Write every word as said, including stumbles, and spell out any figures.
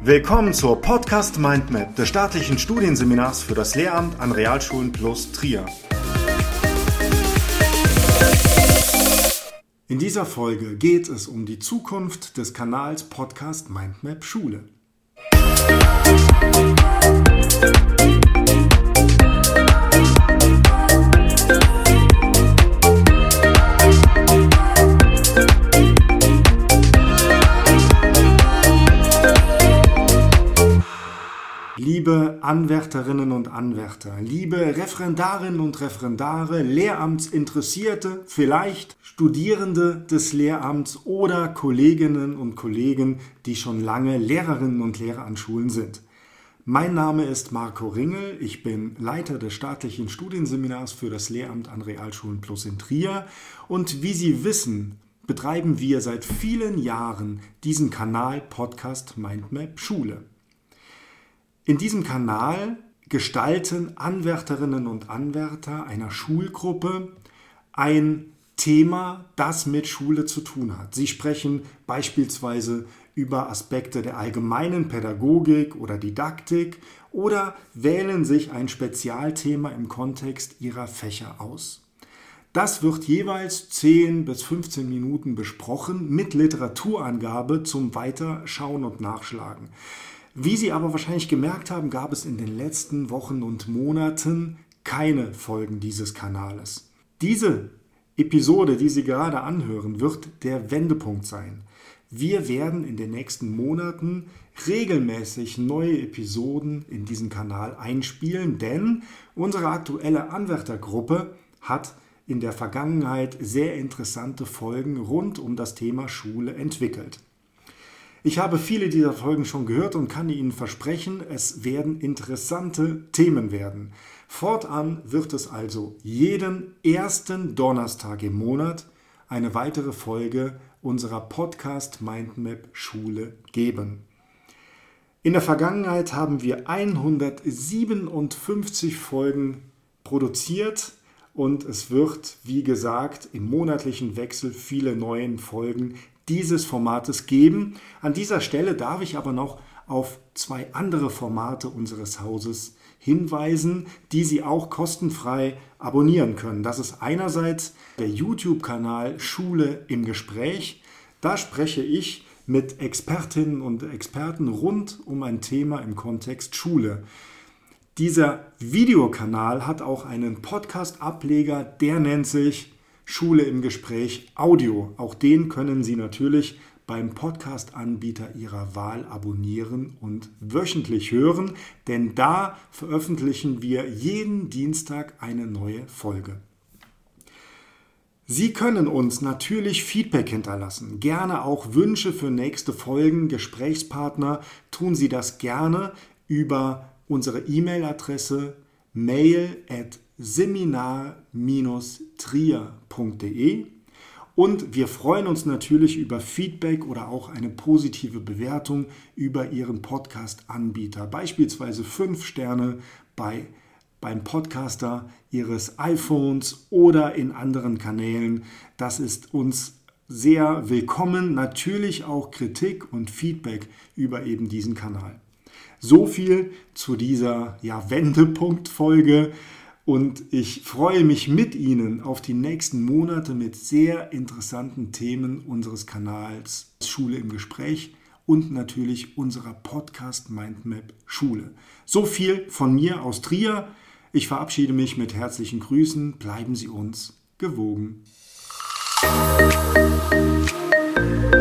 Willkommen zur Podcast Mindmap des staatlichen Studienseminars für das Lehramt an Realschulen plus Trier. In dieser Folge geht es um die Zukunft des Kanals Podcast Mindmap Schule. Liebe Anwärterinnen und Anwärter, liebe Referendarinnen und Referendare, Lehramtsinteressierte, vielleicht Studierende des Lehramts oder Kolleginnen und Kollegen, die schon lange Lehrerinnen und Lehrer an Schulen sind. Mein Name ist Marco Ringel, ich bin Leiter des staatlichen Studienseminars für das Lehramt an Realschulen plus in Trier und wie Sie wissen, betreiben wir seit vielen Jahren diesen Kanal Podcast Mindmap Schule. In diesem Kanal gestalten Anwärterinnen und Anwärter einer Schulgruppe ein Thema, das mit Schule zu tun hat. Sie sprechen beispielsweise über Aspekte der allgemeinen Pädagogik oder Didaktik oder wählen sich ein Spezialthema im Kontext ihrer Fächer aus. Das wird jeweils zehn bis fünfzehn Minuten besprochen mit Literaturangabe zum Weiterschauen und Nachschlagen. Wie Sie aber wahrscheinlich gemerkt haben, gab es in den letzten Wochen und Monaten keine Folgen dieses Kanales. Diese Episode, die Sie gerade anhören, wird der Wendepunkt sein. Wir werden in den nächsten Monaten regelmäßig neue Episoden in diesen Kanal einspielen, denn unsere aktuelle Anwärtergruppe hat in der Vergangenheit sehr interessante Folgen rund um das Thema Schule entwickelt. Ich habe viele dieser Folgen schon gehört und kann Ihnen versprechen, es werden interessante Themen werden. Fortan wird es also jeden ersten Donnerstag im Monat eine weitere Folge unserer Podcast Mindmap Schule geben. In der Vergangenheit haben wir hundertsiebenundfünfzig Folgen produziert und es wird, wie gesagt, im monatlichen Wechsel viele neue Folgen dieses Formates geben. An dieser Stelle darf ich aber noch auf zwei andere Formate unseres Hauses hinweisen, die Sie auch kostenfrei abonnieren können. Das ist einerseits der YouTube-Kanal Schule im Gespräch. Da spreche ich mit Expertinnen und Experten rund um ein Thema im Kontext Schule. Dieser Videokanal hat auch einen Podcast-Ableger, der nennt sich Schule im Gespräch Audio. Auch den können Sie natürlich beim Podcast-Anbieter Ihrer Wahl abonnieren und wöchentlich hören, denn da veröffentlichen wir jeden Dienstag eine neue Folge. Sie können uns natürlich Feedback hinterlassen, gerne auch Wünsche für nächste Folgen, Gesprächspartner. Tun Sie das gerne über unsere E-Mail-Adresse mail at seminar Bindestrich trier punkt de und wir freuen uns natürlich über Feedback oder auch eine positive Bewertung über Ihren Podcast-Anbieter, beispielsweise fünf Sterne bei, beim Podcaster Ihres iPhones oder in anderen Kanälen. Das ist uns sehr willkommen, natürlich auch Kritik und Feedback über eben diesen Kanal. So viel zu dieser ja, Wendepunkt-Folge. Und ich freue mich mit Ihnen auf die nächsten Monate mit sehr interessanten Themen unseres Kanals Schule im Gespräch und natürlich unserer Podcast Mindmap Schule. So viel von mir aus Trier. Ich verabschiede mich mit herzlichen Grüßen. Bleiben Sie uns gewogen.